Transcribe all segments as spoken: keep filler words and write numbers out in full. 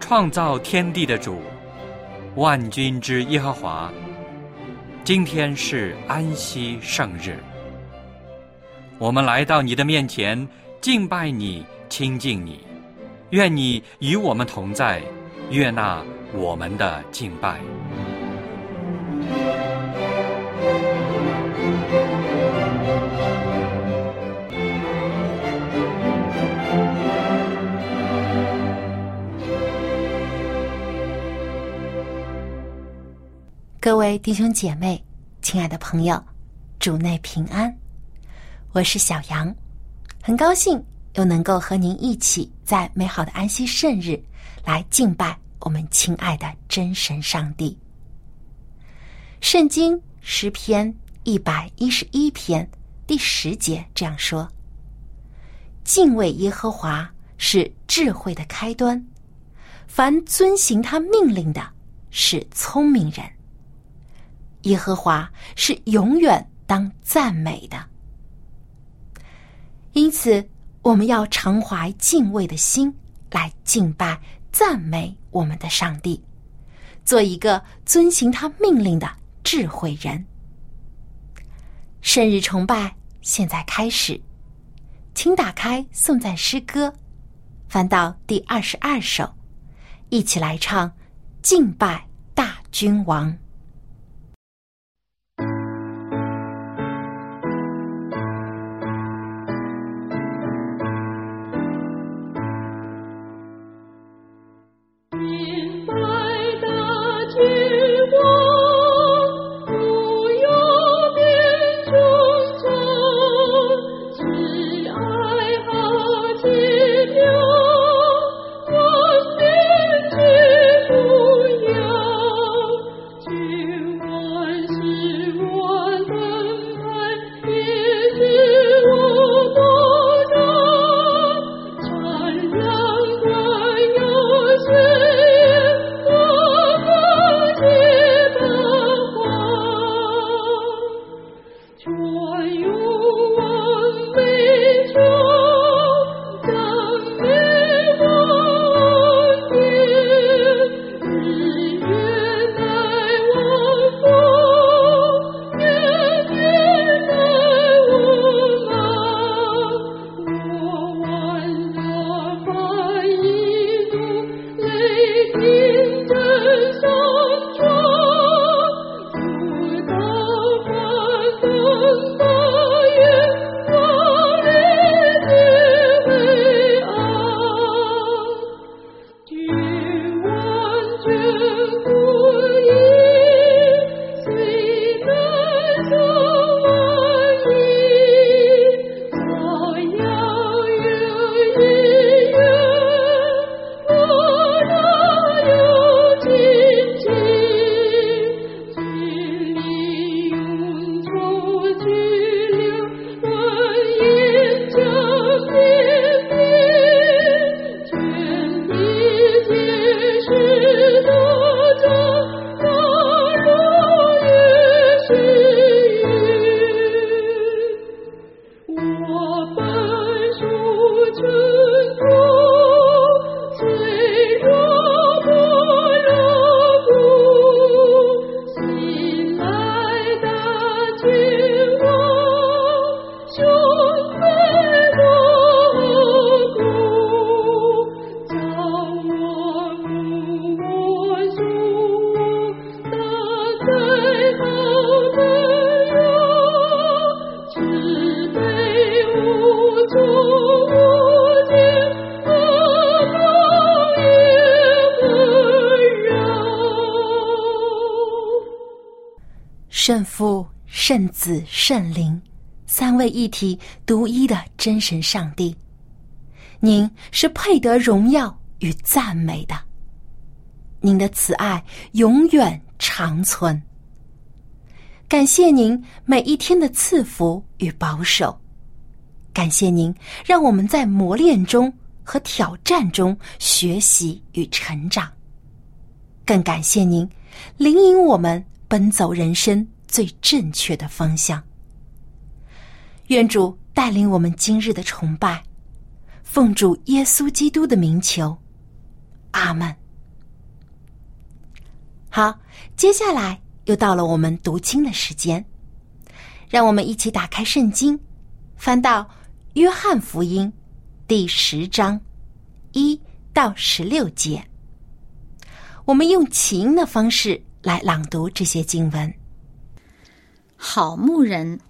创造天地的主，万军之耶和华，今天是安息圣日，我们来到你的面前，敬拜你，亲近你，愿你与我们同在，悦纳我们的敬拜。 各位弟兄姐妹，亲爱的朋友，主内平安，我是小杨，很高兴又能够和您一起在美好的安息圣日来敬拜我们亲爱的真神上帝。圣经诗篇一百一十一篇第十节这样说：敬畏耶和华是智慧的开端，凡遵行他命令的是聪明人。耶和华是永远当赞美的，因此我们要常怀敬畏的心来敬拜赞美我们的上帝，做一个遵行他命令的智慧人。圣日崇拜现在开始，请打开颂赞诗歌，翻到第二十二首，一起来唱敬拜大君王。圣父、圣子、圣灵，三位一体独一的真神上帝，您是配得荣耀与赞美的，您的慈爱永远长存。感谢您每一天的赐福与保守，感谢您让我们在磨练中和挑战中学习与成长，更感谢您领引我们奔走人生最正确的方向。愿主带领我们今日的崇拜，奉主耶稣基督的名求，阿们。 好，接下来又到了我们读经的时间，让我们一起打开圣经，翻到约翰福音第十章一到十六节。我们用起音的方式来朗读这些经文。 好牧人，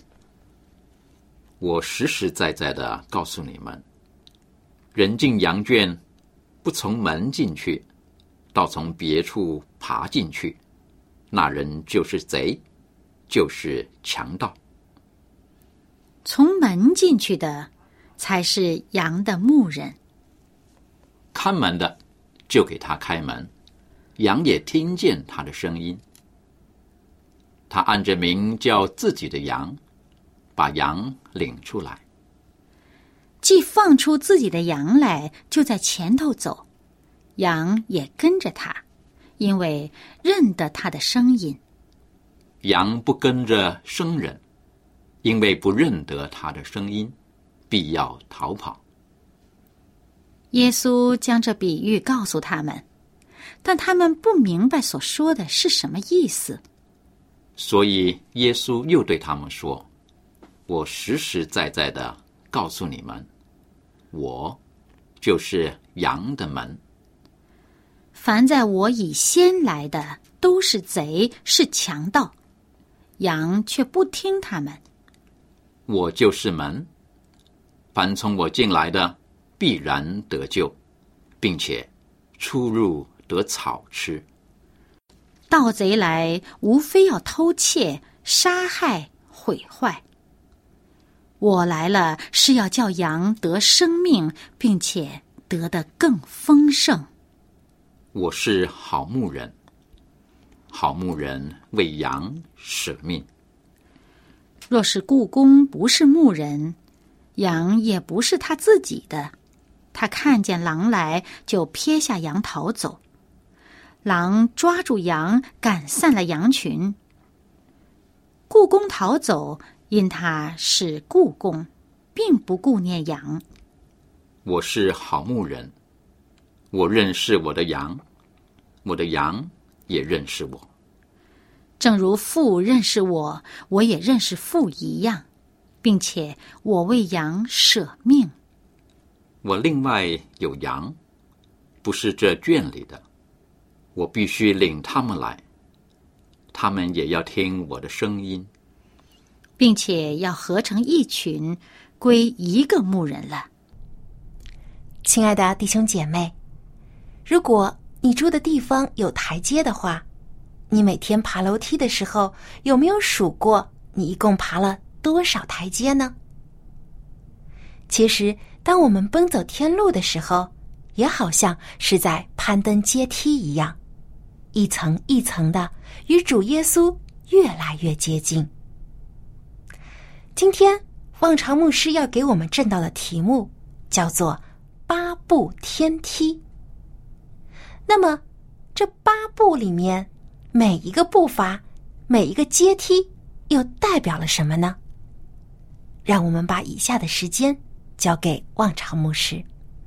我实实在在的告诉你们，人进羊圈，不从门进去，倒从别处爬进去，那人就是贼，就是强盗。 从门进去的才是羊的牧人。 看门的就给他开门，羊也听见他的声音。他按着名叫自己的羊，把羊领出来。 既放出自己的羊来，就在前头走，羊也跟着他，因为认得他的声音。 羊不跟着生人，因为不认得他的声音，必要逃跑。 耶稣将这比喻告诉他们，但他们不明白所说的是什么意思。 所以耶稣又对他们说，我实实在在的告诉你们，我就是羊的门。 凡在我以先来的，都是贼，是强盗，羊却不听他们。 我就是门，凡从我进来的，必然得救，并且出入得草吃。 盗贼来，无非要偷窃、杀害、毁坏。我来了，是要叫羊得生命，并且得得更丰盛。 我是好牧人，好牧人为羊舍命。 若是雇工不是牧人，羊也不是他自己的，他看见狼来，就撇下羊逃走。狼抓住羊，赶散了羊群。雇工逃走，因他是雇工，并不顾念羊。 我是好牧人，我认识我的羊，我的羊也认识我。 正如父认识我，我也认识父一样，并且我为羊舍命。 我另外有羊，不是这圈里的，我必须领他们来，他们也要听我的声音， 并且要合成一群，归一个牧人了。 亲爱的弟兄姐妹，如果你住的地方有台阶的话，你每天爬楼梯的时候，有没有数过你一共爬了多少台阶呢？其实当我们奔走天路的时候，也好像是在攀登阶梯一样，一层一层的与主耶稣越来越接近。今天望潮牧师要给我们正道的题目叫做八步天梯。那么这八步里面，每一个步伐，每一个阶梯又代表了什么呢？让我们把以下的时间交给望潮牧师。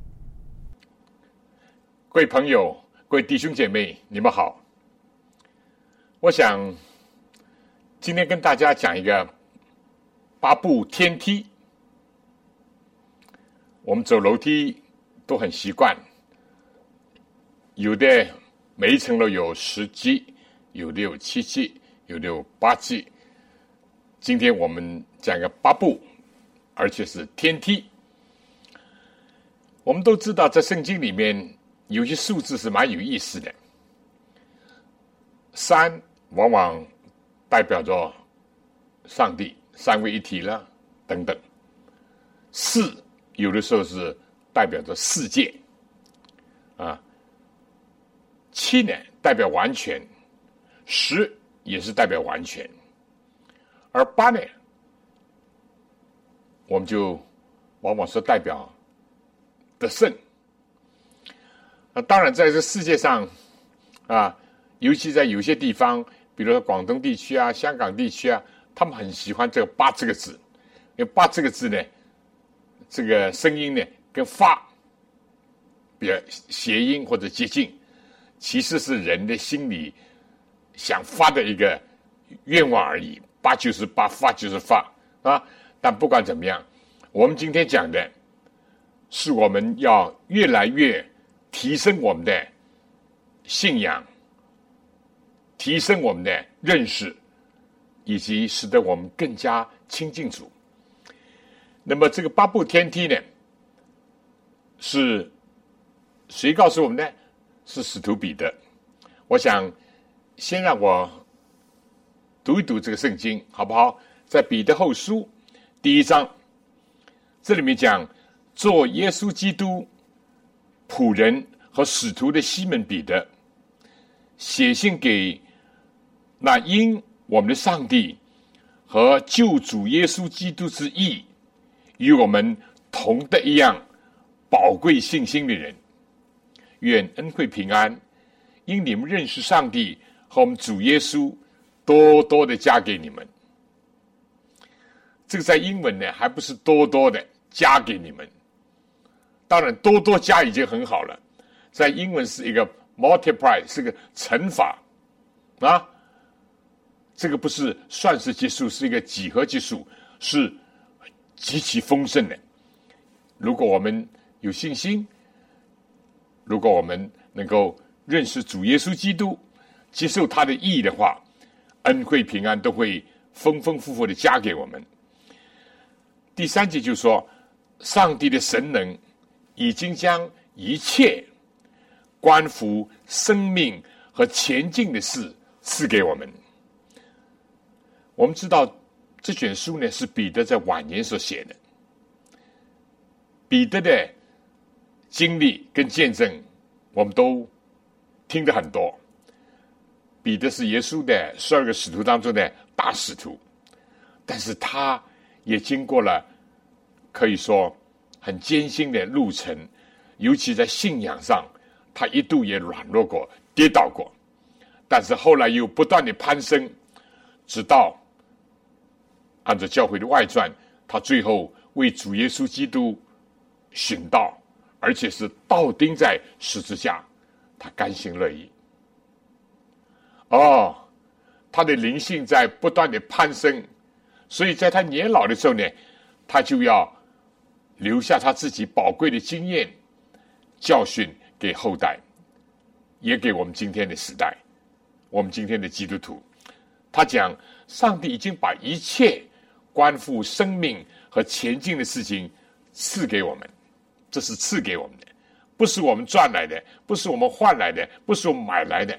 各位朋友，各位弟兄姐妹，你们好。我想今天跟大家讲一个八步天梯。我们走楼梯都很习惯，有的每一层楼有十级，有的有七级，有的有八级。今天我们讲一个八步，而且是天梯。我们都知道在圣经里面有些数字是蛮有意思的，三往往代表着上帝，三位一体了等等。四有的时候是代表着世界啊。七呢代表完全，十也是代表完全，而八呢，我们就往往是代表得胜。那当然，在这世界上啊，尤其在有些地方，比如说广东地区啊、香港地区啊，他们很喜欢这个“八”这个字，因为“八”这个字呢，这个声音呢跟“发”比较谐音或者接近， 其实是人的心里想发的一个愿望而已，八就是八，发就是发啊。但不管怎么样，我们今天讲的是我们要越来越提升我们的信仰，提升我们的认识，以及使得我们更加亲近主。那么这个八部天梯呢，是谁告诉我们呢？是使徒彼得。我想先让我读一读这个圣经好不好？在彼得后书第一章，这里面讲，做耶稣基督仆人和使徒的西门彼得，写信给那因我们的上帝和救主耶稣基督之义与我们同的一样宝贵信心的人，愿恩惠平安因你们认识上帝和我们主耶稣多多的加给你们。这个在英文呢，还不是多多的加给你们，当然多多加已经很好了，在英文是一个 multiply， 是个乘法啊，这个不是算式级数，是一个几何级数，是极其丰盛的。如果我们有信心，如果我们能够认识主耶稣基督，接受他的义的话，恩惠平安都会丰丰富富的加给我们。第三节就说，上帝的神能已经将一切关乎生命和前进的事赐给我们。我们知道这卷书呢，是彼得在晚年所写的。彼得的经历跟见证我们都听得很多。彼得是耶稣的十二个使徒当中的大使徒，但是他也经过了可以说很艰辛的路程，尤其在信仰上，他一度也软弱过，跌倒过，但是后来又不断的攀升，直到按照教会的外传，他最后为主耶稣基督殉道，而且是倒钉在十字架，他甘心乐意。哦，他的灵性在不断的攀升，所以在他年老的时候呢，他就要留下他自己宝贵的经验教训给后代，也给我们今天的时代，我们今天的基督徒。他讲，上帝已经把一切关乎生命和前进的事情赐给我们，这是赐给我们的，不是我们赚来的，不是我们换来的，不是我们买来的。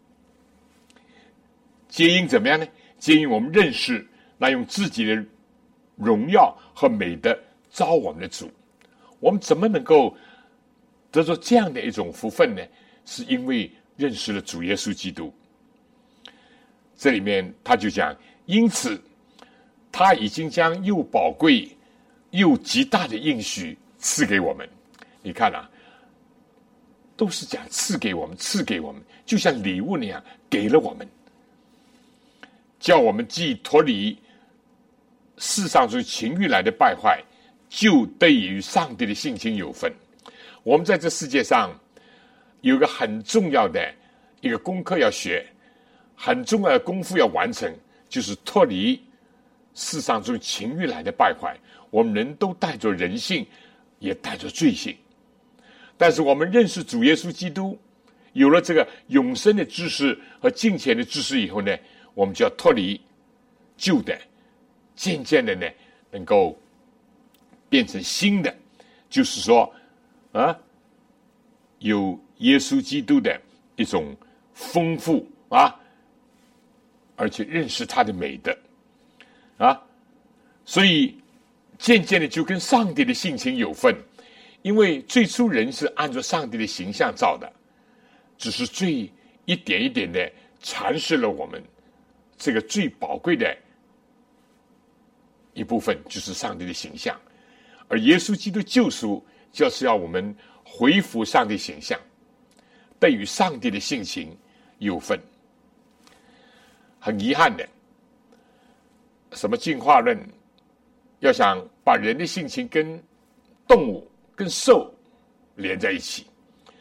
皆因怎么样呢？皆因我们认识那用自己的荣耀和美德招我们的主。我们怎么能够得到这样的一种福分呢？是因为认识了主耶稣基督。这里面他就讲，因此他已经将又宝贵又极大的应许赐给我们。你看啊，都是讲赐给我们，赐给我们，就像礼物那样给了我们，叫我们既脱离世上从情欲来的败坏，就得以与上帝的性情有分。我们在这世界上有一个很重要的一个功课要学，很重要的功夫要完成，就是脱离世上从情欲来的败坏。我们人都带着人性，也带着罪性，但是我们认识主耶稣基督，有了这个永生的知识和敬虔的知识以后呢，我们就要脱离旧的，渐渐的呢能够变成新的，就是说啊，有耶稣基督的一种丰富啊，而且认识他的美德啊，所以渐渐的就跟上帝的性情有分。因为最初人是按照上帝的形象造的，只是最一点一点的阐释了我们这个最宝贵的一部分，就是上帝的形象。而耶稣基督救赎就是要我们恢复上帝形象，得与上帝的性情有分。很遗憾的，什么进化论要想把人的性情跟动物跟兽连在一起，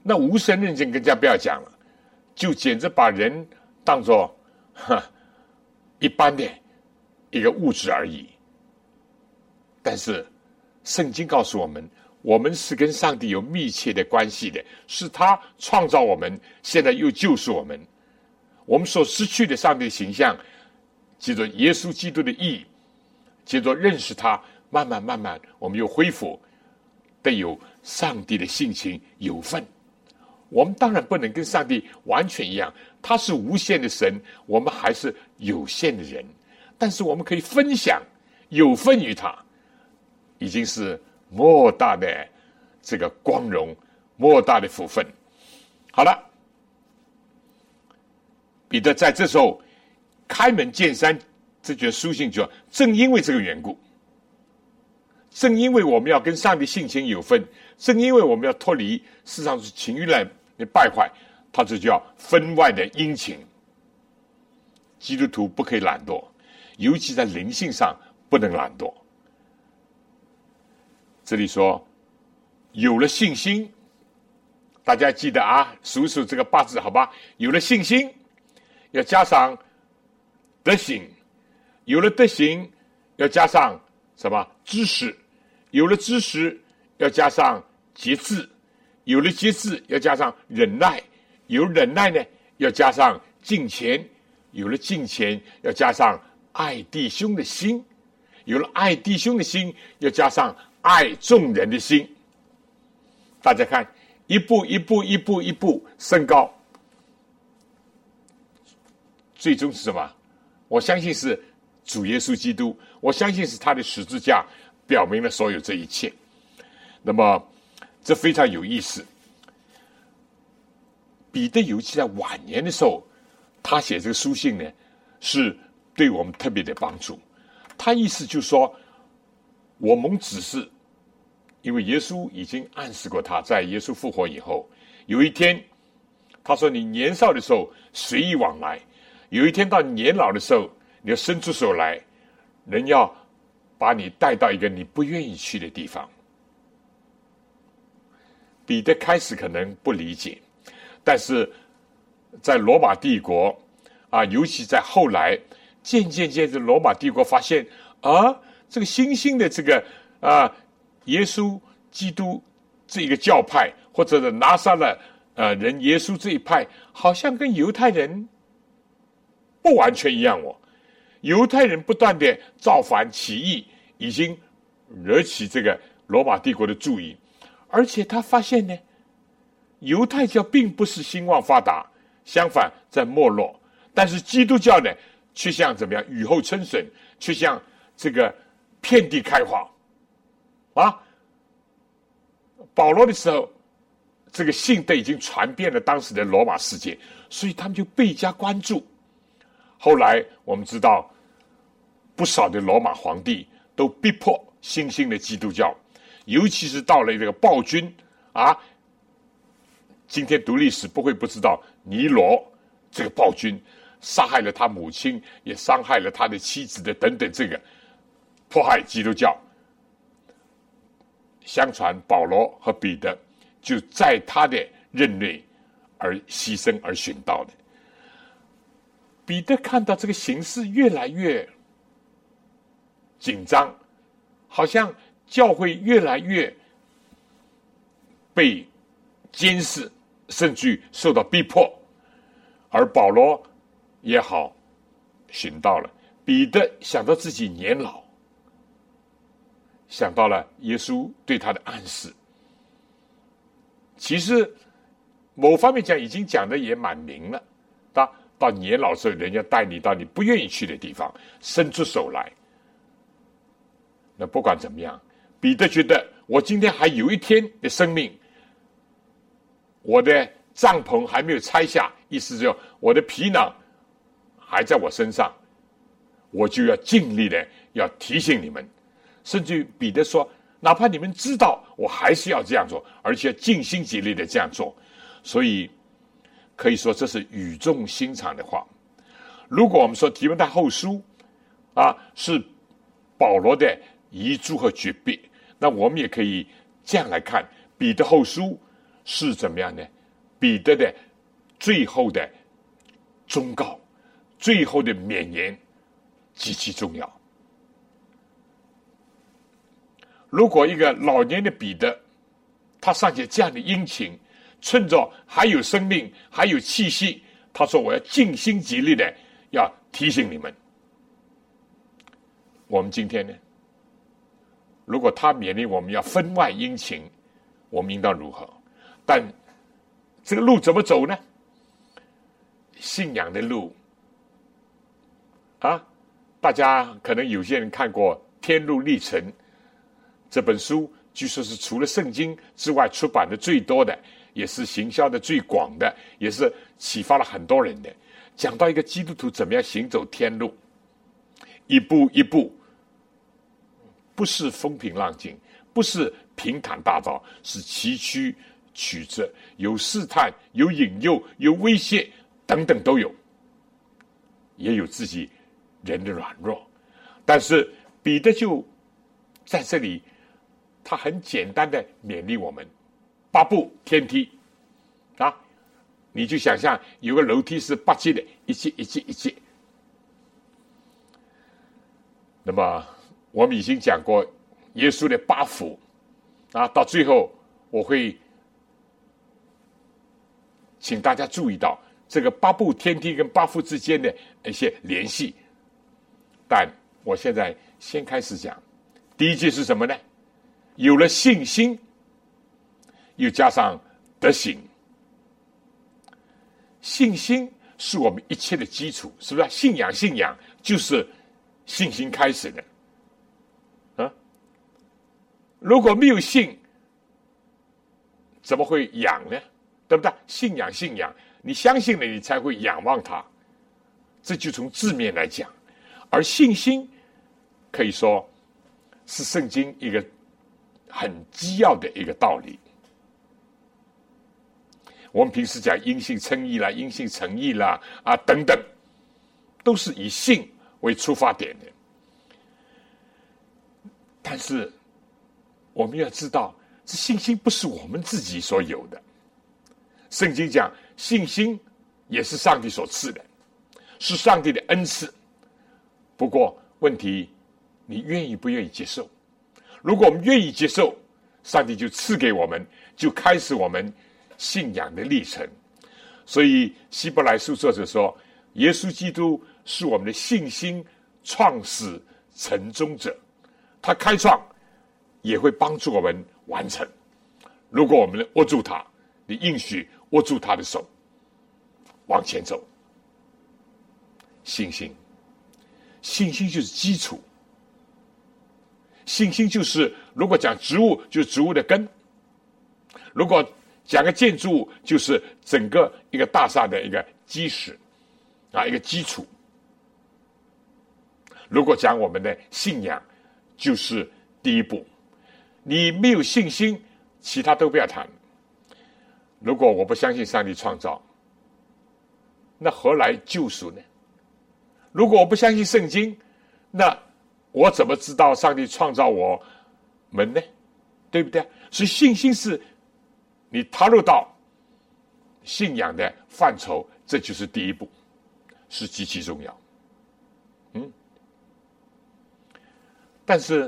那无神论就更加不要讲了，就简直把人当作一般的一个物质而已。但是圣经告诉我们，我们是跟上帝有密切的关系的，是他创造我们，现在又救赎我们。我们所失去的上帝的形象，借着耶稣基督的义，借着认识他，慢慢慢慢我们又恢复得有上帝的性情有份。我们当然不能跟上帝完全一样，他是无限的神，我们还是有限的人，但是我们可以分享有份于他，已经是莫大的这个光荣，莫大的福分。好了，彼得在这时候开门见山，这卷书信就正因为这个缘故，正因为我们要跟上帝性情有分，正因为我们要脱离世上是情欲来败坏，他这就叫分外的殷勤。基督徒不可以懒惰，尤其在灵性上不能懒惰。这里说有了信心，大家记得啊，数一数这个八字好吧？有了信心，要加上德行，有了德行，要加上什么？知识，有了知识，要加上节制，有了节制，要加上忍耐，有忍耐呢，要加上敬虔，有了敬虔，要加上爱弟兄的心，有了爱弟兄的心，要加上爱众人的心。大家看，一步一步一步一步升高，最终是什么？我相信是主耶稣基督，我相信是他的十字架表明了所有这一切。那么这非常有意思。彼得尤其在晚年的时候，他写这个书信呢，是对我们特别的帮助。他意思就是说，我蒙指示，因为耶稣已经暗示过他，在耶稣复活以后，有一天他说，你年少的时候随意往来，有一天到年老的时候，你要伸出手来，人要把你带到一个你不愿意去的地方。彼得开始可能不理解，但是在罗马帝国啊，尤其在后来，渐渐渐渐罗马帝国发现啊，这个新兴的这个啊耶稣基督这一个教派，或者是拿撒勒呃人耶稣这一派，好像跟犹太人不完全一样哦。犹太人不断的造反起义，已经惹起这个罗马帝国的注意。而且他发现呢，犹太教并不是兴旺发达，相反在没落。但是基督教呢，却像怎么样雨后春笋，却像这个遍地开花啊！保罗的时候，这个信都已经传遍了当时的罗马世界，所以他们就倍加关注。后来我们知道，不少的罗马皇帝都逼迫新兴的基督教。尤其是到了这个暴君啊，今天读历史不会不知道尼罗这个暴君杀害了他母亲，也伤害了他的妻子的等等，这个迫害基督教。相传保罗和彼得就在他的任内而牺牲而殉道的。彼得看到这个形势越来越紧张，好像教会越来越被监视，甚至受到逼迫，而保罗也好寻到了。彼得想到自己年老，想到了耶稣对他的暗示。其实某方面讲，已经讲的也蛮明了。到到年老时候，人家带你到你不愿意去的地方，伸出手来。那不管怎么样，彼得觉得我今天还有一天的生命，我的帐篷还没有拆下，意思就是我的皮囊还在我身上，我就要尽力的要提醒你们。甚至彼得说，哪怕你们知道，我还是要这样做，而且尽心竭力的这样做。所以可以说这是语重心长的话。如果我们说提摩太后书啊是保罗的遗嘱和诀别，那我们也可以这样来看，彼得后书是怎么样呢？彼得的最后的忠告，最后的勉言极其重要。如果一个老年的彼得，他尚且这样的殷勤，趁着还有生命，还有气息，他说我要尽心竭力的要提醒你们。我们今天呢，如果他勉励我们要分外殷勤，我们应当如何？但这个路怎么走呢？信仰的路啊，大家可能有些人看过《天路历程》这本书，据说是除了圣经之外出版的最多的，也是行销的最广的，也是启发了很多人的。讲到一个基督徒怎么样行走天路，一步一步，不是风平浪静，不是平坦大道，是崎岖曲折，有试探，有引诱，有威胁等等都有，也有自己人的软弱。但是彼得就在这里，他很简单的勉励我们：八步天梯啊，你就想象有个楼梯是八阶的，一阶一阶一阶。那么我们已经讲过耶稣的八福啊，到最后我会请大家注意到这个八步天梯跟八福之间的一些联系。但我现在先开始讲，第一阶是什么呢？有了信心，又加上德行。信心是我们一切的基础，是不是？信仰信仰就是信心开始的啊！如果没有信，怎么会仰呢？对不对？信仰信仰，你相信了，你才会仰望它。这就从字面来讲，而信心可以说是圣经一个很基要的一个道理。我们平时讲因信称义啦，因信诚义啦啊等等，都是以信为出发点的。但是我们要知道，这信心不是我们自己所有的。圣经讲信心也是上帝所赐的，是上帝的恩赐。不过问题，你愿意不愿意接受？如果我们愿意接受，上帝就赐给我们，就开始我们信仰的历程。所以希伯来书作者说，耶稣基督是我们的信心创始成终者，他开创也会帮助我们完成。如果我们握住他，你应许握住他的手往前走。信心信心就是基础，信心就是如果讲植物就是植物的根，如果讲个建筑物就是整个一个大厦的一个基石啊，一个基础。如果讲我们的信仰就是第一步，你没有信心，其他都不要谈。如果我不相信上帝创造，那何来救赎呢？如果我不相信圣经，那我怎么知道上帝创造我们呢？对不对？所以信心是你踏入到信仰的范畴，这就是第一步，是极其重要。嗯，但是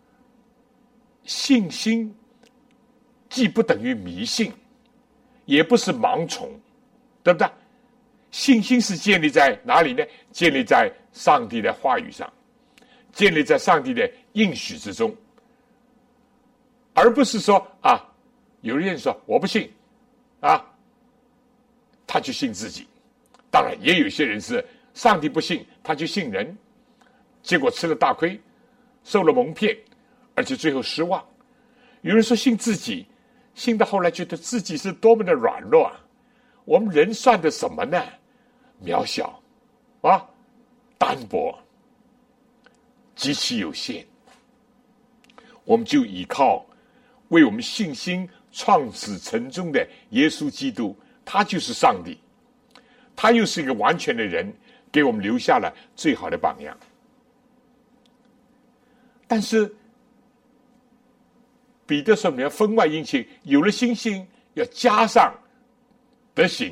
信心既不等于迷信，也不是盲从，对不对？信心是建立在哪里呢？建立在上帝的话语上，建立在上帝的应许之中，而不是说啊，有人说我不信啊，他就信自己。当然也有些人是上帝不信，他就信人，结果吃了大亏，受了蒙骗，而且最后失望。有人说信自己，信到后来觉得自己是多么的软弱啊！我们人算的什么呢？渺小啊，单薄，极其有限。我们就依靠为我们信心创始成终的耶稣基督，他就是上帝，他又是一个完全的人，给我们留下了最好的榜样。但是彼得说你要分外殷勤，有了信心要加上德行。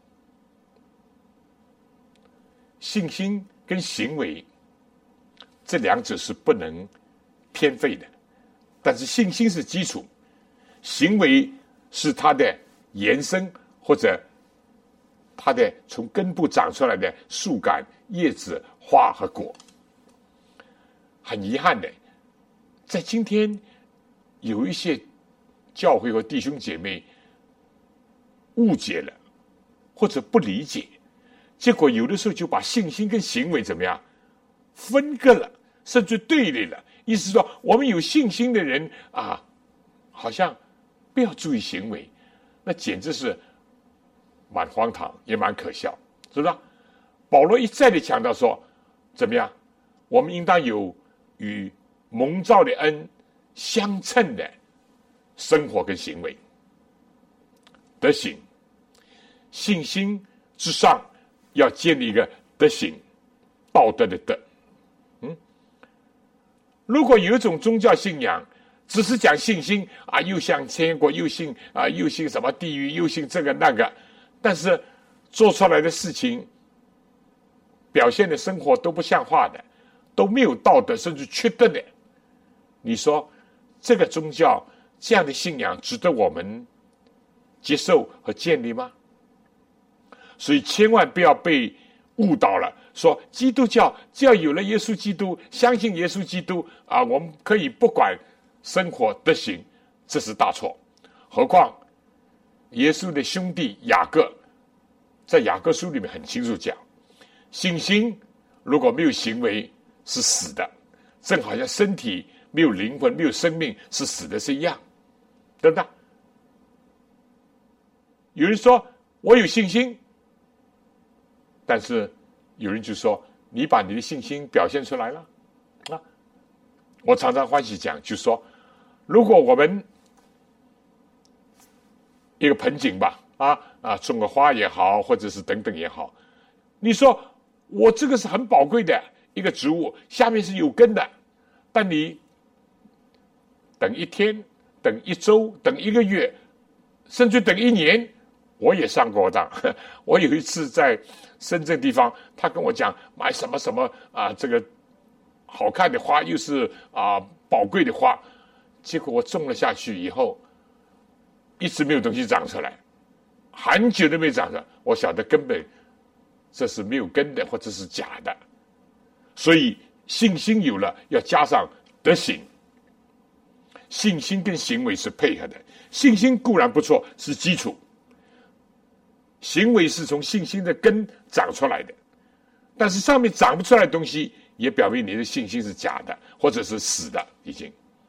信心跟行为这两者是不能偏废的，但是信心是基础，行为是它的延伸，或者它的从根部长出来的树干、叶子、花和果。很遗憾的，在今天有一些教会和弟兄姐妹误解了，或者不理解，结果有的时候就把信心跟行为怎么样分割了，甚至对立了。意思是说，我们有信心的人啊，好像不要注意行为，那简直是蛮荒唐，也蛮可笑，是不是？保罗一再的强调说，怎么样？我们应当有与蒙召的恩相称的生活跟行为。德行，信心之上要建立一个德行，道德的德。嗯，如果有一种宗教信仰只是讲信心啊，又像天国，又信啊，又信什么地狱，又信这个那个，但是做出来的事情、表现的生活都不像话的，都没有道德，甚至缺德的，你说这个宗教这样的信仰值得我们接受和建立吗？所以千万不要被误导了，说基督教只要有了耶稣基督，相信耶稣基督啊，我们可以不管生活德行，这是大错。何况耶稣的兄弟雅各在雅各书里面很清楚讲，信心如果没有行为是死的，正好像身体没有灵魂、没有生命是死的是一样，对不对？有人说我有信心，但是有人就说你把你的信心表现出来了啊！我常常欢喜讲，就说如果我们一个盆景吧，啊啊，种个花也好，或者是等等也好，你说我这个是很宝贵的一个植物，下面是有根的，但你等一天、等一周、等一个月，甚至等一年，我也上过当。我有一次在深圳地方，他跟我讲买什么什么啊，这个好看的花，又是啊宝贵的花，结果我种了下去以后，一直没有东西长出来，很久都没长出来。我晓得根本这是没有根的，或者是假的。所以信心有了，要加上德行。信心跟行为是配合的，信心固然不错，是基础，行为是从信心的根长出来的，但是上面长不出来的东西，也表明你的信心是假的，或者是死的。已经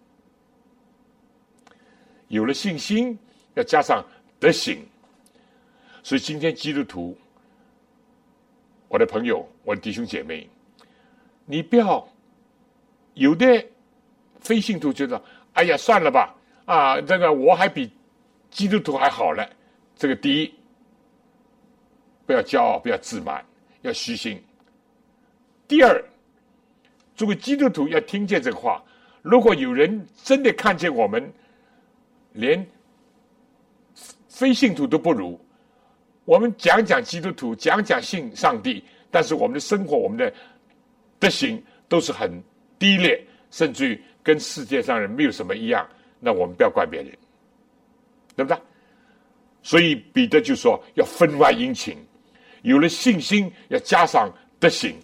有了信心，要加上德行。所以今天基督徒，我的朋友，我的弟兄姐妹，你不要有的非信徒觉得哎呀算了吧，啊这个我还比基督徒还好了。这个第一，不要骄傲，不要自满，要虚心。第二，作为基督徒要听见这个话，如果有人真的看见我们连非信徒都不如，我们讲讲基督徒，讲讲信上帝，但是我们的生活，我们的德行都是很低劣，甚至于跟世界上人没有什么一样，那我们不要怪别人，对不对？所以彼得就说要分外殷勤，有了信心要加上德行。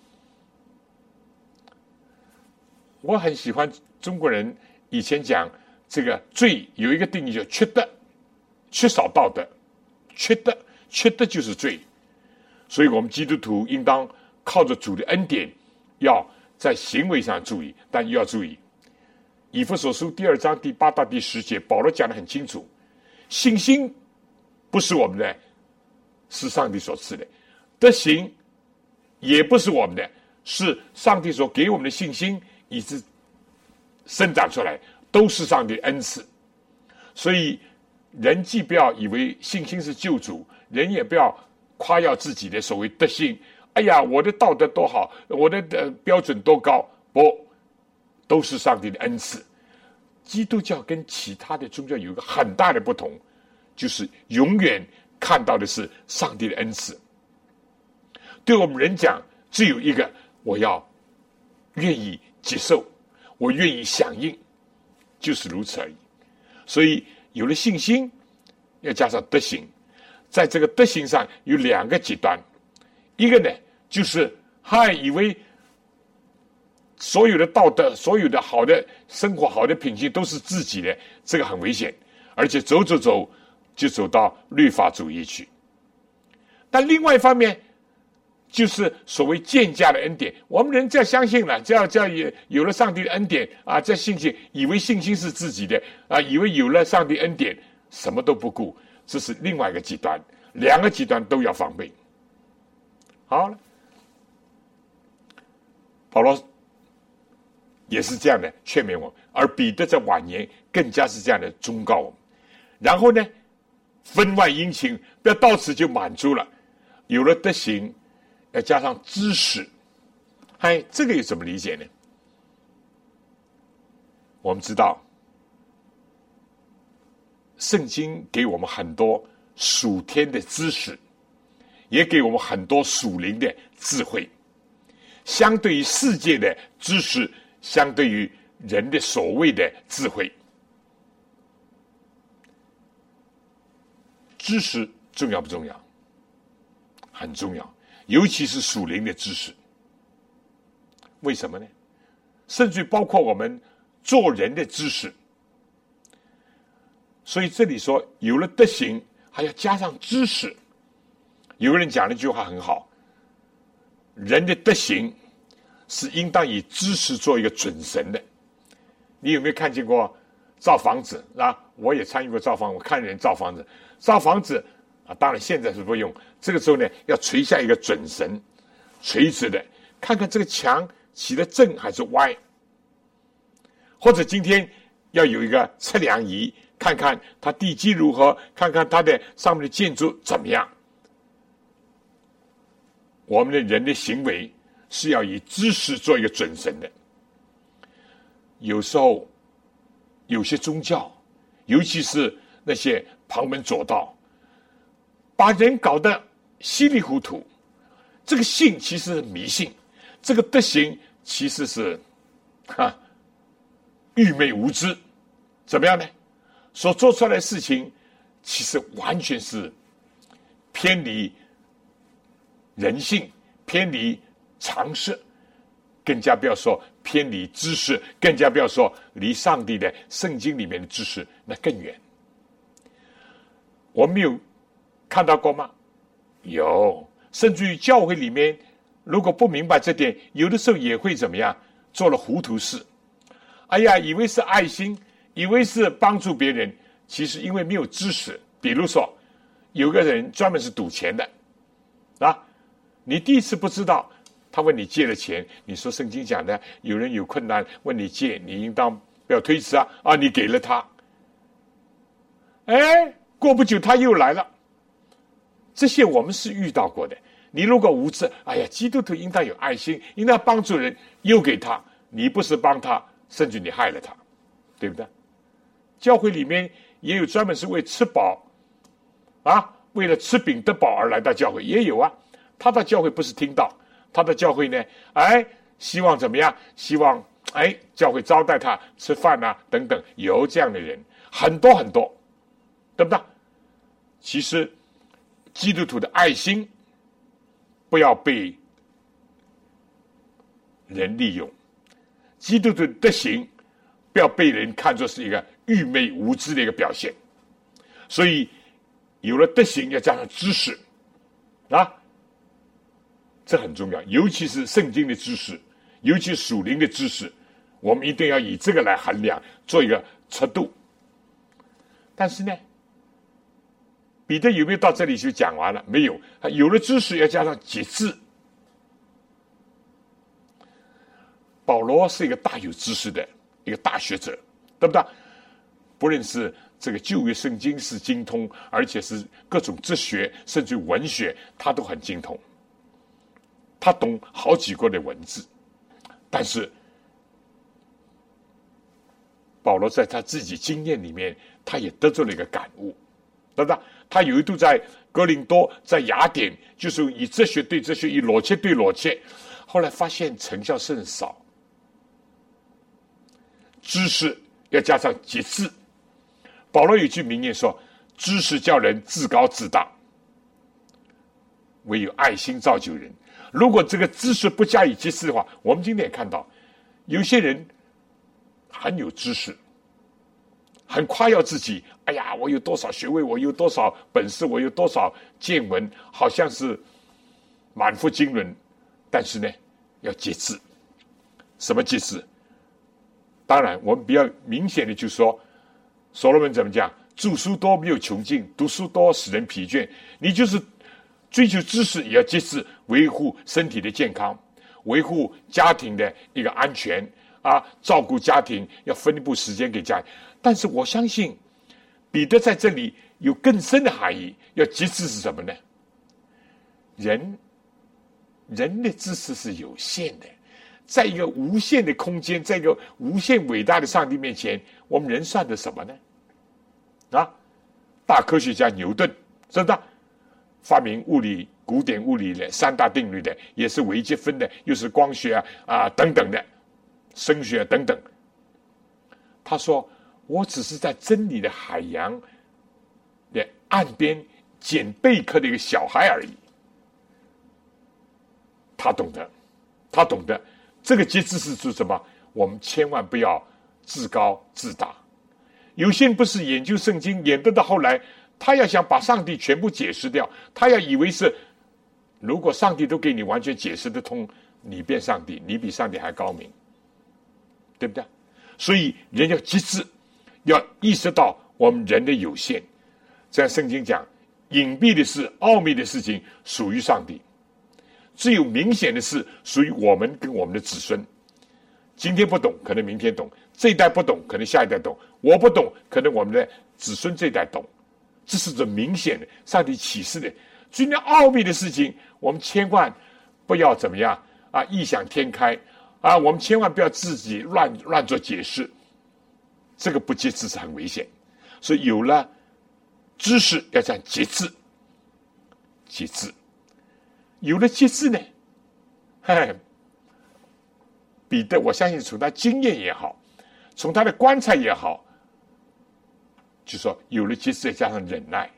我很喜欢中国人以前讲这个罪有一个定义，叫缺德，缺少道德，缺德，缺德就是罪。所以我们基督徒应当靠着主的恩典，要在行为上注意，但又要注意。以弗所书第二章第八到第十节，保罗讲得很清楚，信心不是我们的，是上帝所赐的；德行也不是我们的，是上帝所给我们的信心，以致生长出来，都是上帝的恩赐。所以人既不要以为信心是救主，人也不要夸耀自己的所谓德行。哎呀，我的道德多好，我的、呃、标准多高，不，都是上帝的恩赐。基督教跟其他的宗教有一个很大的不同， 就是永远看到的是上帝的恩赐。对我们人讲，只有一个，我要愿意接受，我愿意响应，就是如此而已。所以有了信心，要加上德行，在这个德行上有两个极端，一个呢就是还以为所有的道德、所有的好的生活、好的品性都是自己的，这个很危险，而且走走走就走到律法主义去。但另外一方面，就是所谓渐加的恩典，我们人只要相信了，只要只要有了上帝的恩典啊，这信心以为信心是自己的啊，以为有了上帝恩典什么都不顾，这是另外一个极端，两个极端都要防备。好了，保罗也是这样的劝勉我们，而彼得在晚年更加是这样的忠告我们。然后呢，分外殷勤，不要到此就满足了，有了德行，要加上知识。嗨，这个又怎么理解呢？我们知道，圣经给我们很多属天的知识，也给我们很多属灵的智慧。相对于世界的知识，相对于人的所谓的智慧，知识重要不重要？很重要，尤其是属灵的知识。为什么呢？甚至包括我们做人的知识。所以这里说，有了德行，还要加上知识。有个人讲了一句话很好，人的德行是应当以知识做一个准绳的。你有没有看见过造房子啊？我也参与过造房，我看人造房子，造房子啊，当然现在是不用。这个时候呢，要垂下一个准绳，垂直的，看看这个墙起得正还是歪。或者今天要有一个测量仪，看看它地基如何，看看它的上面的建筑怎么样。我们的人的行为是要以知识做一个准绳的。有时候有些宗教，尤其是那些旁门左道，把人搞得稀里糊涂。这个信其实是迷信，这个德行其实是哈愚昧无知。怎么样呢？所做出来的事情其实完全是偏离人性，偏离常识，更加不要说偏离知识，更加不要说离上帝的圣经里面的知识那更远。我们有看到过吗？有，甚至于教会里面如果不明白这点，有的时候也会怎么样，做了糊涂事。哎呀，以为是爱心，以为是帮助别人，其实因为没有知识。比如说有个人专门是赌钱的啊，你第一次不知道，他问你借了钱，你说圣经讲的有人有困难问你借，你应当不要推辞啊啊，你给了他，哎，过不久他又来了。这些我们是遇到过的。你如果无知，哎呀，基督徒应当有爱心，应当帮助人，又给他，你不是帮他，甚至你害了他，对不对？教会里面也有专门是为吃饱啊，为了吃饼得饱而来到教会，也有啊。他到教会不是听到，他的教会呢，哎，希望怎么样？希望哎，教会招待他吃饭啊，等等，有这样的人很多很多，对不对？其实基督徒的爱心不要被人利用，基督徒的德行不要被人看作是一个愚昧无知的一个表现。所以有了德行，要加上知识啊，这很重要，尤其是圣经的知识，尤其是属灵的知识，我们一定要以这个来衡量，做一个测度。但是呢，彼得有没有到这里就讲完了？没有，有了知识要加上节制。保罗是一个大有知识的一个大学者，对不对？不论是这个旧约圣经是精通，而且是各种哲学甚至文学他都很精通，他懂好几国的文字。但是保罗在他自己经验里面，他也得出了一个感悟对不对？他有一度在哥林多，在雅典，就是以哲学对哲学，以逻辑对逻辑，后来发现成效甚少。知识要加上节制。保罗有句名言说：“知识叫人自高自大，唯有爱心造就人。”如果这个知识不加以节制的话，我们今天也看到，有些人很有知识，很夸耀自己，哎呀，我有多少学位，我有多少本事，我有多少见闻，好像是满腹经纶。但是呢，要节制。什么节制？当然，我们比较明显的就是说，所罗门怎么讲？著书多没有穷尽，读书多使人疲倦。你就是追求知识，也要节制，维护身体的健康，维护家庭的一个安全啊，照顾家庭要分一步时间给家庭。但是我相信，彼得在这里有更深的含义。要节制是什么呢？人，人的知识是有限的。在一个无限的空间，在一个无限伟大的上帝面前，我们人算得什么呢？啊，大科学家牛顿，是不是发明物理、古典物理的三大定律的，也是微积分的，又是光学啊啊等等的，声学等等。他说：“我只是在真理的海洋的岸边捡贝壳的一个小孩而已。”他懂得，他懂得。这个节制是指什么？我们千万不要自高自大。有些人不是研究圣经，研究到后来，他要想把上帝全部解释掉，他要以为是，如果上帝都给你完全解释得通，你变上帝，你比上帝还高明，对不对？所以人要节制，要意识到我们人的有限。这样圣经讲，隐蔽的事、奥秘的事情属于上帝。只有明显的事属于我们跟我们的子孙。今天不懂，可能明天懂；这一代不懂，可能下一代懂；我不懂，可能我们的子孙这一代懂。这是这明显的上帝启示的。至于那奥秘的事情，我们千万不要怎么样啊，异想天开啊！我们千万不要自己乱乱做解释，这个不节制是很危险。所以有了知识，要这样节制，节制。有了节制呢，嘿，彼得，我相信从他经验也好，从他的观察也好，就说有了节制，再加上忍耐。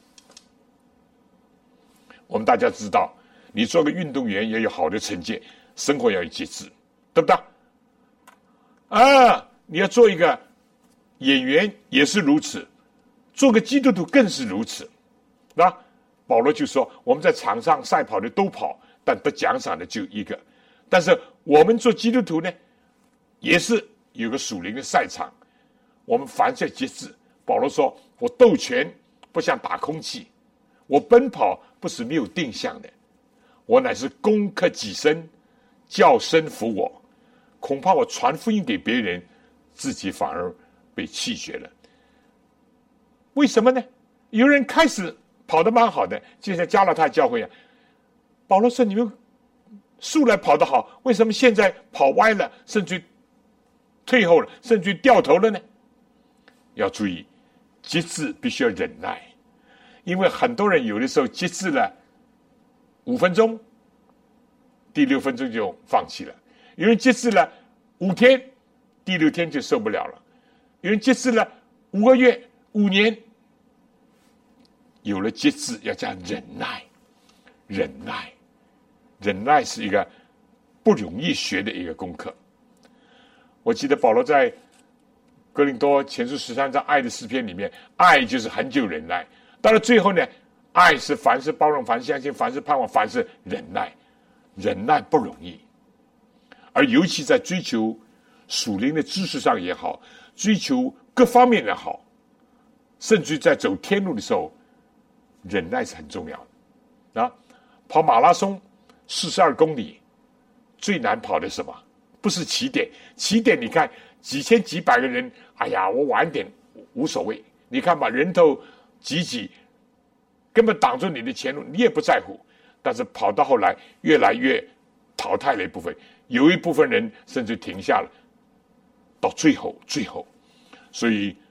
我们大家知道，你做个运动员也有好的成绩，生活要有节制，对不对？啊，你要做一个演员也是如此，做个基督徒更是如此，那。保罗就说：“我们在场上赛跑的都跑，但得奖赏的就一个。但是我们做基督徒呢，也是有个属灵的赛场，我们凡事节制。”保罗说：“我斗拳不像打空气，我奔跑不是没有定向的，我乃是攻克己身，叫身服我。恐怕我传福音给别人，自己反而被弃绝了。为什么呢？有人开始跑得蛮好的，就像加拉太教会啊。保罗说：“你们素来跑得好，为什么现在跑歪了，甚至退后了，甚至掉头了呢？”要注意，节制必须要忍耐，因为很多人有的时候节制了五分钟，第六分钟就放弃了；有人节制了五天，第六天就受不了了；有人节制了五个月、五年。有了节制，要加忍耐，忍耐，忍耐是一个不容易学的一个功课。我记得保罗在哥林多前书十三章爱的诗篇里面，爱就是恒久忍耐。到了最后呢，爱是凡事包容，凡事相信，凡事盼望，凡事忍耐。忍耐不容易，而尤其在追求属灵的知识上也好，追求各方面也好，甚至在走天路的时候，忍耐是很重要的啊！跑马拉松四十二公里，最难跑的是什么？不是起点，起点你看几千几百个人，哎呀，我晚点无所谓。你看吧，人头挤挤，根本挡住你的前路，你也不在乎。但是跑到后来，越来越淘汰了一部分，有一部分人甚至停下了。到最后，最后，所以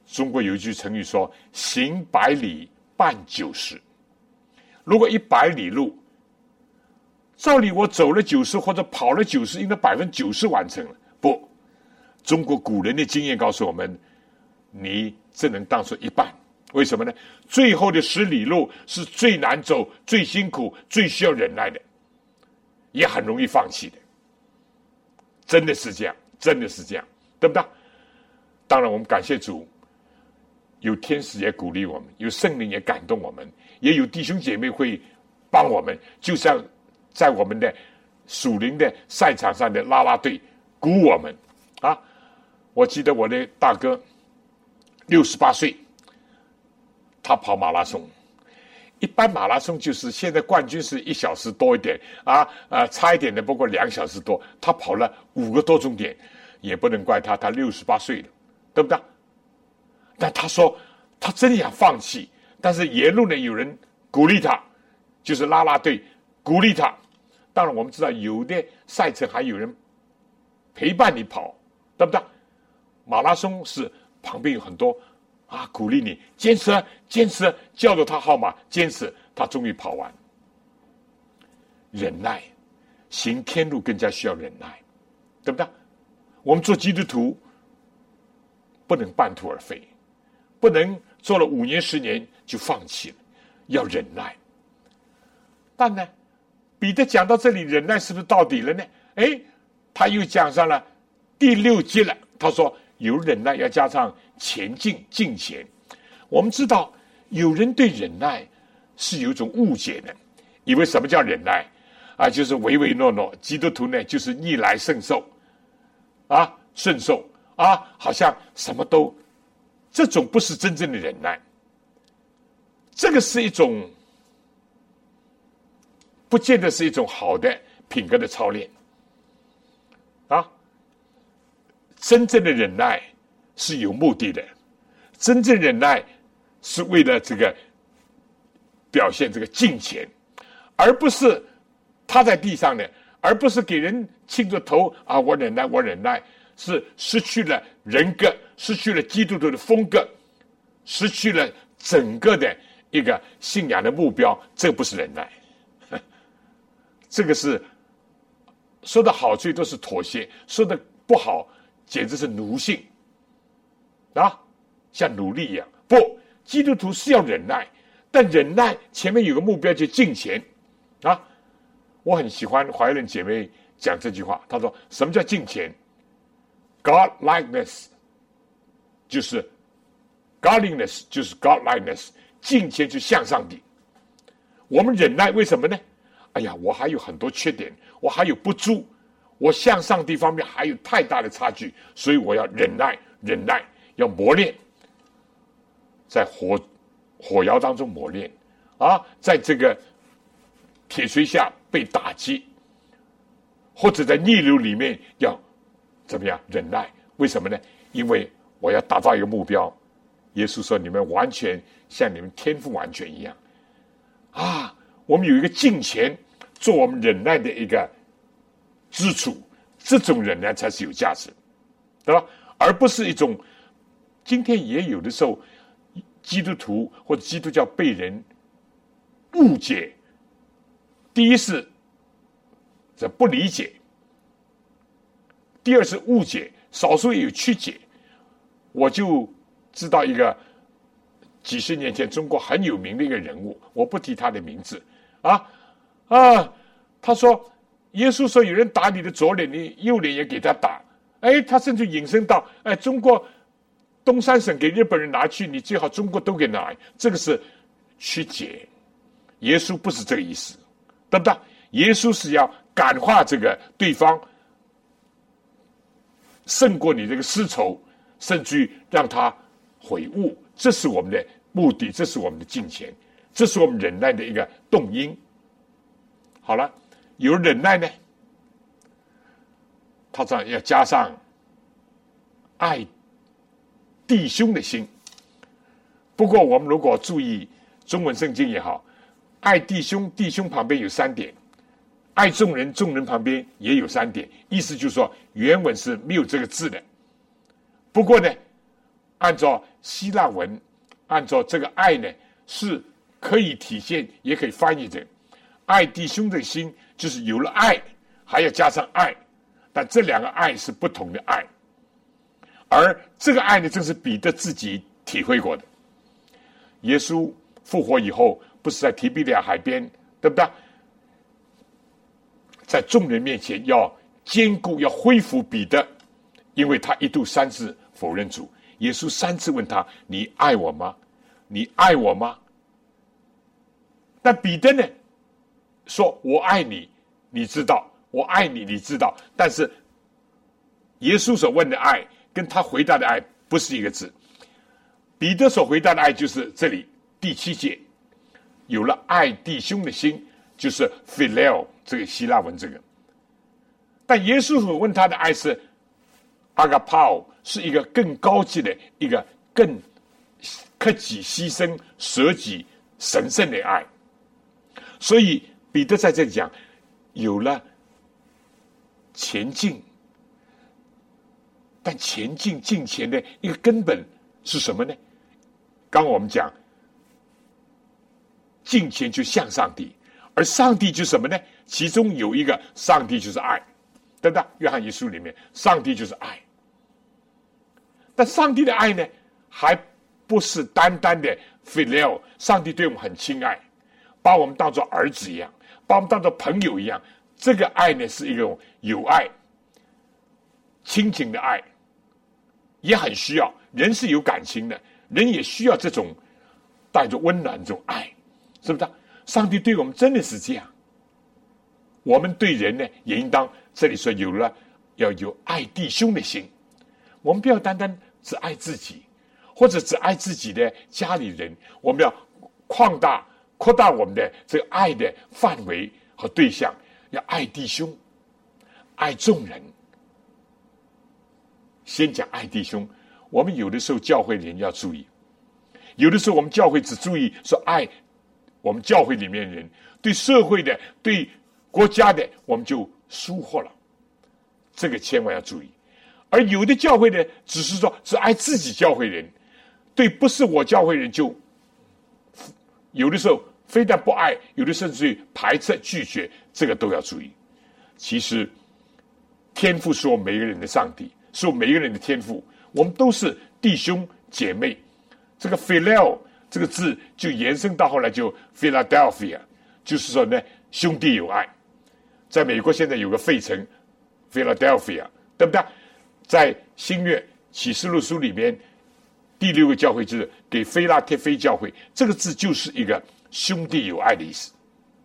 中国有一句成语说行百里半九十，如果一百里路，照理我走了九十或者跑了九十，应该百分之九十完成了。不，中国古人的经验告诉我们，你只能当做一半。为什么呢？最后的十里路是最难走、最辛苦、最需要忍耐的，也很容易放弃的。真的是这样，真的是这样，对不对？当然，我们感谢主，有天使也鼓励我们，有圣灵也感动我们，也有弟兄姐妹会帮我们，就像在我们的属灵的赛场上的啦啦队鼓舞我们啊！我记得我的大哥六十八岁，他跑马拉松。一般马拉松就是现在冠军是一小时多一点啊，呃，差一点的不过两小时多，他跑了五个多钟点，也不能怪他，他六十八岁了，对不对？但他说他真想放弃，但是沿路呢有人鼓励他，就是啦啦队鼓励他。当然我们知道有的赛程还有人陪伴你跑，对不对？马拉松是旁边有很多啊，鼓励你坚持，坚持，叫着他号码，坚持，他终于跑完。忍耐，行天路更加需要忍耐，对不对？我们做基督徒不能半途而废，不能做了五年十年就放弃了，要忍耐。但呢，彼得讲到这里，忍耐是不是到底了呢？哎，他又讲上了第六节了，他说有忍耐要加上前进进前。我们知道有人对忍耐是有一种误解的，以为什么叫忍耐啊？就是唯唯诺诺，基督徒呢就是逆来顺受啊，顺受啊，好像什么都，这种不是真正的忍耐，这个是一种不见得是一种好的品格的操练啊。真正的忍耐是有目的的，真正忍耐是为了这个表现这个敬虔，而不是趴在地上的，而不是给人亲着头啊，我忍耐，我忍耐，是失去了人格，失去了基督徒的风格，失去了整个的一个信仰的目标，这不是忍耐，这个是说的好最多是妥协，说的不好简直是奴性啊，像奴隶一样。不，基督徒是要忍耐，但忍耐前面有个目标，就敬虔啊。我很喜欢怀仁姐妹讲这句话，她说什么叫敬虔？ Godlikeness 就是 Godliness 就是 Godlikeness， 敬虔就向上帝。我们忍耐为什么呢？哎呀，我还有很多缺点，我还有不足，我向上帝方面还有太大的差距，所以我要忍耐，忍耐，要磨练，在火火窑当中磨练啊，在这个铁锤下被打击，或者在逆流里面要怎么样忍耐？为什么呢？因为我要达到一个目标。耶稣说：“你们完全像你们天父完全一样。”啊，我们有一个敬虔做我们忍耐的一个基础，这种忍耐才是有价值，对吧？而不是一种今天也有的时候基督徒或者基督教被人误解。第一是这不理解，第二是误解，少数也有曲解。我就知道一个几十年前中国很有名的一个人物，我不提他的名字啊啊，他说耶稣说有人打你的左脸，你右脸也给他打。哎，他甚至引申到，哎，中国东三省给日本人拿去，你最好中国都给拿，这个是曲解。耶稣不是这个意思，对不对？耶稣是要感化这个对方，胜过你这个私仇，甚至于让他悔悟，这是我们的目的，这是我们的敬虔，这是我们忍耐的一个动因。好了，有忍耐呢，他这要加上爱弟兄的心。不过我们如果注意中文圣经也好，爱弟兄，弟兄旁边有三点，爱众人，众人旁边也有三点，意思就是说原文是没有这个字的。不过呢， 按照希腊文，按照这个爱呢，是可以体现，也可以翻译成爱弟兄的心，就是有了爱，还要加上爱，但这两个爱是不同的爱。而这个爱呢，正是彼得自己体会过的。耶稣复活以后，不是在提比利亚海边，对不对？在众人面前要坚固，要恢复彼得，因为他一度三次否认主。耶稣三次问他：你爱我吗？你爱我吗？但彼得呢，说我爱你，你知道，我爱你，你知道。但是耶稣所问的爱跟他回答的爱不是一个字。彼得所回答的爱就是这里第七节，有了爱弟兄的心，就是 phileo 这个希腊文这个。但耶稣所问他的爱是 agapao， 是一个更高级的，一个更克己牺牲舍己神圣的爱。所以彼得在这里讲，有了前进，但前进进前的一个根本是什么呢？刚刚我们讲进前就向上帝，而上帝就是什么呢？其中有一个上帝就是爱，对不对？约翰一书里面上帝就是爱。但上帝的爱呢，还不是单单的 phileo， 上帝对我们很亲爱，把我们当作儿子一样，把我们当作朋友一样。这个爱呢，是一种有爱亲情的爱，也很需要。人是有感情的，人也需要这种带着温暖这种爱，是不是？上帝对我们真的是这样，我们对人呢，也应当这里说有了要有爱弟兄的心。我们不要单单只爱自己，或者只爱自己的家里人，我们要扩大扩大我们的这个爱的范围和对象，要爱弟兄，爱众人。先讲爱弟兄，我们有的时候教会人要注意，有的时候我们教会只注意说爱我们教会里面的人，对社会的、对国家的，我们就疏忽了，这个千万要注意。而有的教会呢，只是说只爱自己教会人，对不是我教会人就有的时候非但不爱，有的甚至于排斥拒绝，这个都要注意。其实天父是我们每个人的上帝，是我们每一个人的天父，我们都是弟兄姐妹。这个 phileo 这个字就延伸到后来就 Philadelphia， 就是说呢，兄弟有爱。在美国现在有个费城 Philadelphia， 对不对？在新约启示录书里面，第六个教会就是给菲拉铁菲教会，这个字就是一个兄弟有爱的意思。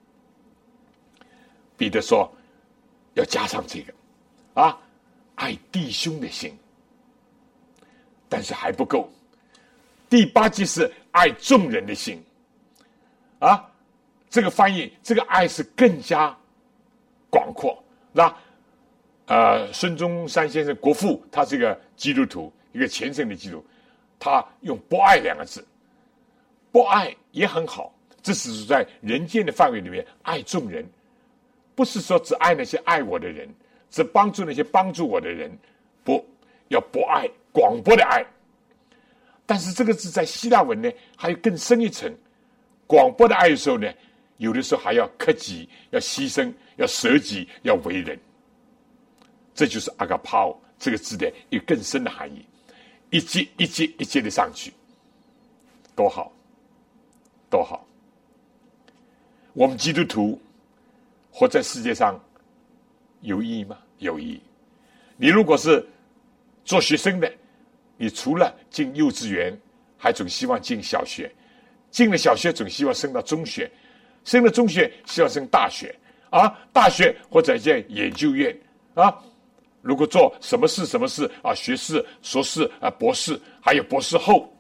彼得说要加上这个啊，爱弟兄的心，但是还不够。第八节是爱众人的心啊，这个翻译，这个爱是更加广阔。那呃，孙中山先生国父，他是一个基督徒，一个虔诚的基督徒，他用不爱两个字，不爱也很好，这是在人间的范围里面爱众人，不是说只爱那些爱我的人，只帮助那些帮助我的人，不要不爱，广博的爱。但是这个字在希腊文呢，还有更深一层，广博的爱的时候呢，有的时候还要克己，要牺牲，要舍己，要为人。这就是 agapao 这个字的一个更深的含义，一阶一阶一阶的上去，多好，多好！我们基督徒活在世界上有意义吗？有意义。你如果是做学生的，你除了进幼稚园，还总希望进小学，进了小学总希望升到中学，升了中学希望升大学啊，大学或者在研究院啊。如果做什么事什么事啊，学士、硕士啊、博士，还有博士后。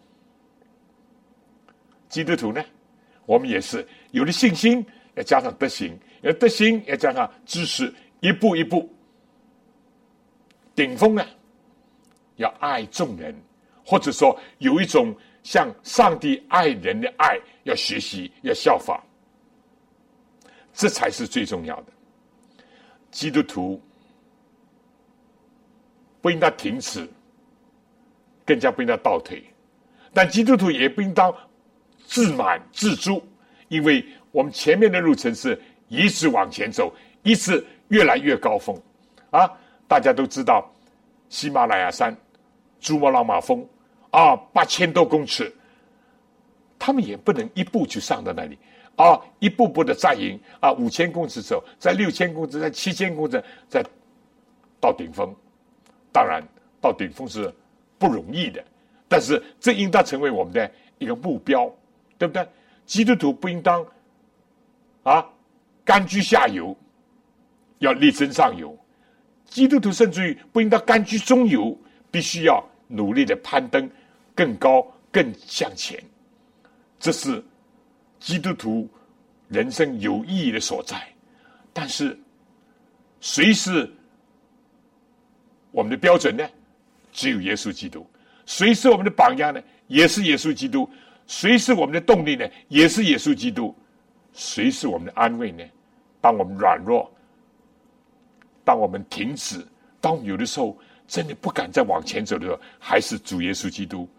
基督徒呢，我们也是有了信心，要加上德行，有了德行要加上知识，一步一步。顶峰呢，要爱众人，或者说有一种像上帝爱人的爱，要学习，要效法，这才是最重要的。基督徒不应该停止更加不应当倒退。但基督徒也不应当自满自足，因为我们前面的路程是一直往前走，一直越来越高峰啊！大家都知道喜马拉雅山、珠穆朗玛峰啊，八千多公尺，他们也不能一步就上到那里啊，一步步的扎营啊，五千公尺走，在六千公尺，在七千公尺，再到顶峰。当然，到顶峰是不容易的，但是这应当成为我们的一个目标，对不对？基督徒不应当啊甘居下游，要力争上游。基督徒甚至于不应当甘居中游，必须要努力的攀登更高、更向前。这是基督徒人生有意义的所在。但是，谁是我们的标准呢？只有耶稣基督。谁是我们的榜样呢？也是耶稣基督。谁是我们的动力呢？也是耶稣基督。谁是我们的安慰呢？当我们软弱，当我们停止，当我们有的时候真的不敢再往前走的时候，还是主耶稣基督。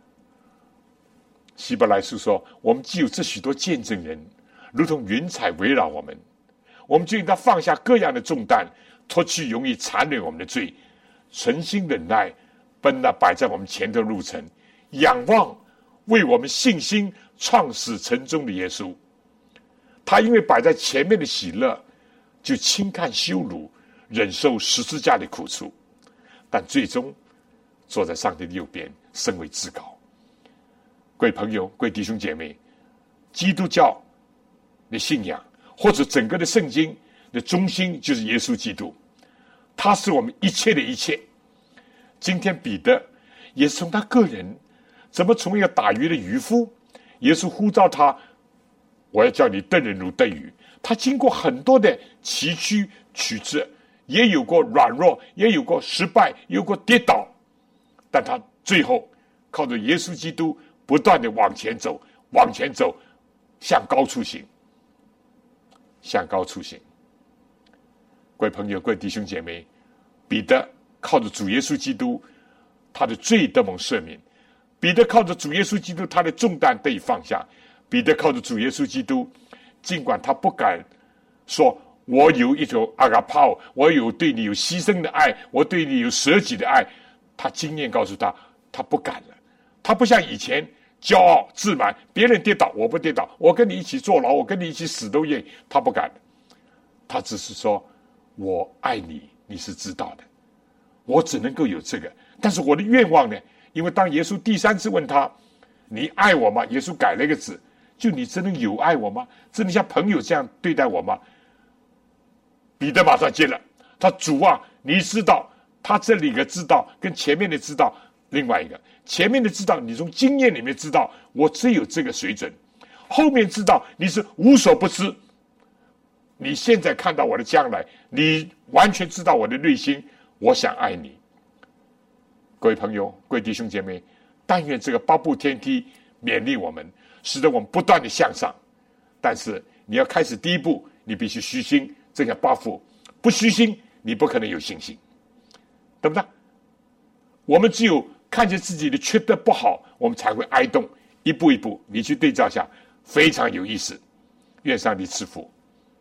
希伯来书说，我们既有这许多见证人，如同云彩围绕我们，我们就应当放下各样的重担，脱去容易缠累我们的罪，存心忍耐，奔那摆在我们前头的路程，仰望为我们信心创始成终的耶稣。他因为摆在前面的喜乐，就轻看羞辱，忍受十字架的苦楚，但最终坐在上帝的右边，升为至高。各位朋友，各位弟兄姐妹，基督教的信仰或者整个的圣经的中心就是耶稣基督，他是我们一切的一切。今天彼得也是从他个人怎么从一个打鱼的渔夫，耶稣呼召他，我要叫你得人如得鱼。他经过很多的崎岖曲折，也有过软弱，也有过失败，也有过跌倒，但他最后靠着耶稣基督不断的往前走，往前走，向高处行，向高处行。各位朋友，各位弟兄姐妹，彼得靠着主耶稣基督，他的罪得蒙赦免；彼得靠着主耶稣基督，他的重担得以放下；彼得靠着主耶稣基督，尽管他不敢说我有一种阿嘎泡，我有对你有牺牲的爱，我对你有舍己的爱，他经验告诉他，他不敢了。他不像以前骄傲自满，别人跌倒我不跌倒，我跟你一起坐牢，我跟你一起死都愿意。他不敢，他只是说我爱你，你是知道的，我只能够有这个。但是我的愿望呢？因为当耶稣第三次问他，你爱我吗？耶稣改了一个字，就你真能有爱我吗？真能像朋友这样对待我吗？彼得马上接了，他主啊，你知道。他这里个知道跟前面的知道另外一个，前面的知道你从经验里面知道我只有这个水准，后面知道你是无所不知，你现在看到我的将来，你完全知道我的内心，我想爱你。各位朋友，各位弟兄姐妹，但愿这个八步天梯勉励我们，使得我们不断的向上。但是你要开始第一步，你必须虚心，这个八步不虚心，你不可能有信心，对不对？我们只有看见自己的缺德不好，我们才会哀动。一步一步，你去对照下，非常有意思。愿上帝赐福。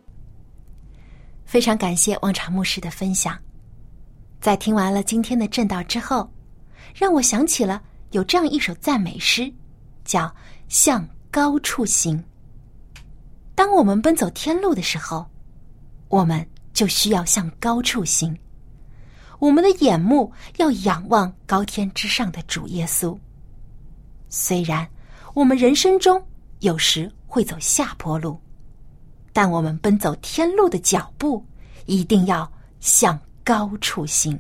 非常感谢王长牧师的分享。在听完了今天的正道之后，让我想起了有这样一首赞美诗，叫《向高处行》。当我们奔走天路的时候，我们就需要向高处行。我们的眼目要仰望高天之上的主耶稣。虽然我们人生中有时会走下坡路，但我们奔走天路的脚步一定要向高处行。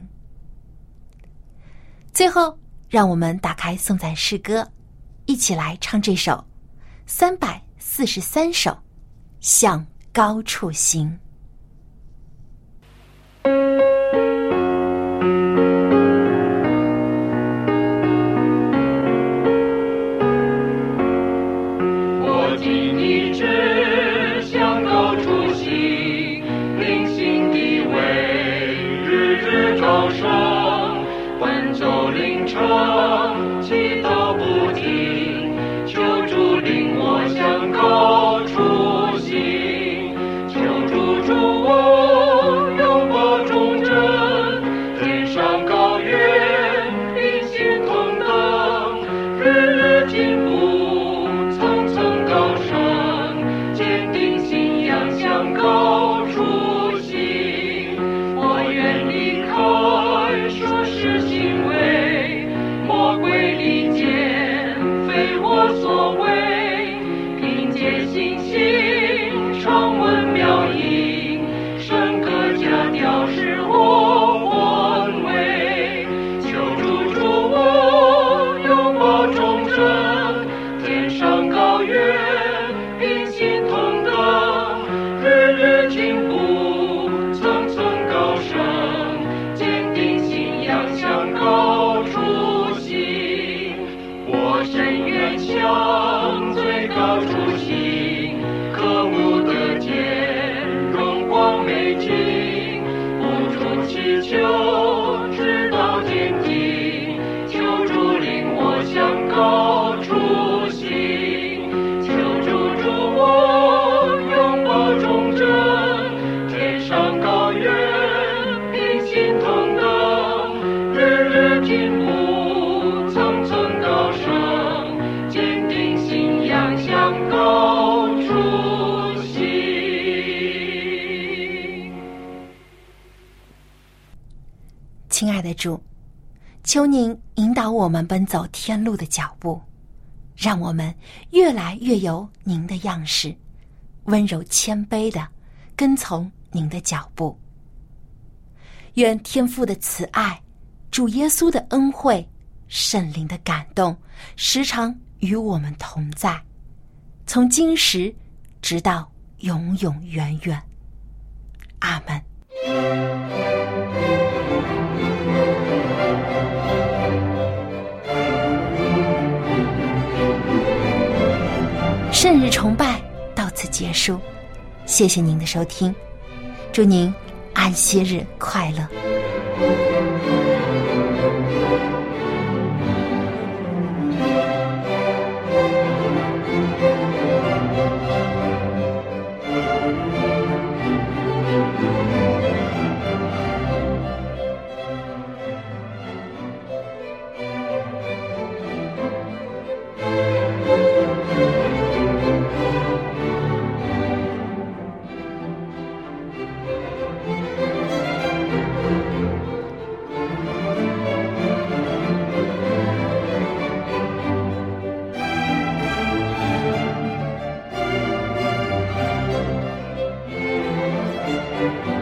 最后，让我们打开颂赞诗歌，一起来唱这首三百四十三首《向高处行》。 奔走凌晨祈求，直到天际，求主领我向高处行，求主助我拥抱忠贞，天上高原平心同登，日日进步，层层高升，坚定信仰向高处行。 亲爱的主，求您引导我们奔走天路的脚步，让我们越来越有您的样式，温柔谦卑的跟从您的脚步。愿天父的慈爱，主耶稣的恩惠，圣灵的感动，时常与我们同在，从今时直到永永远远。阿们。圣日崇拜到此结束，谢谢您的收听，祝您安息日快乐。 Thank you.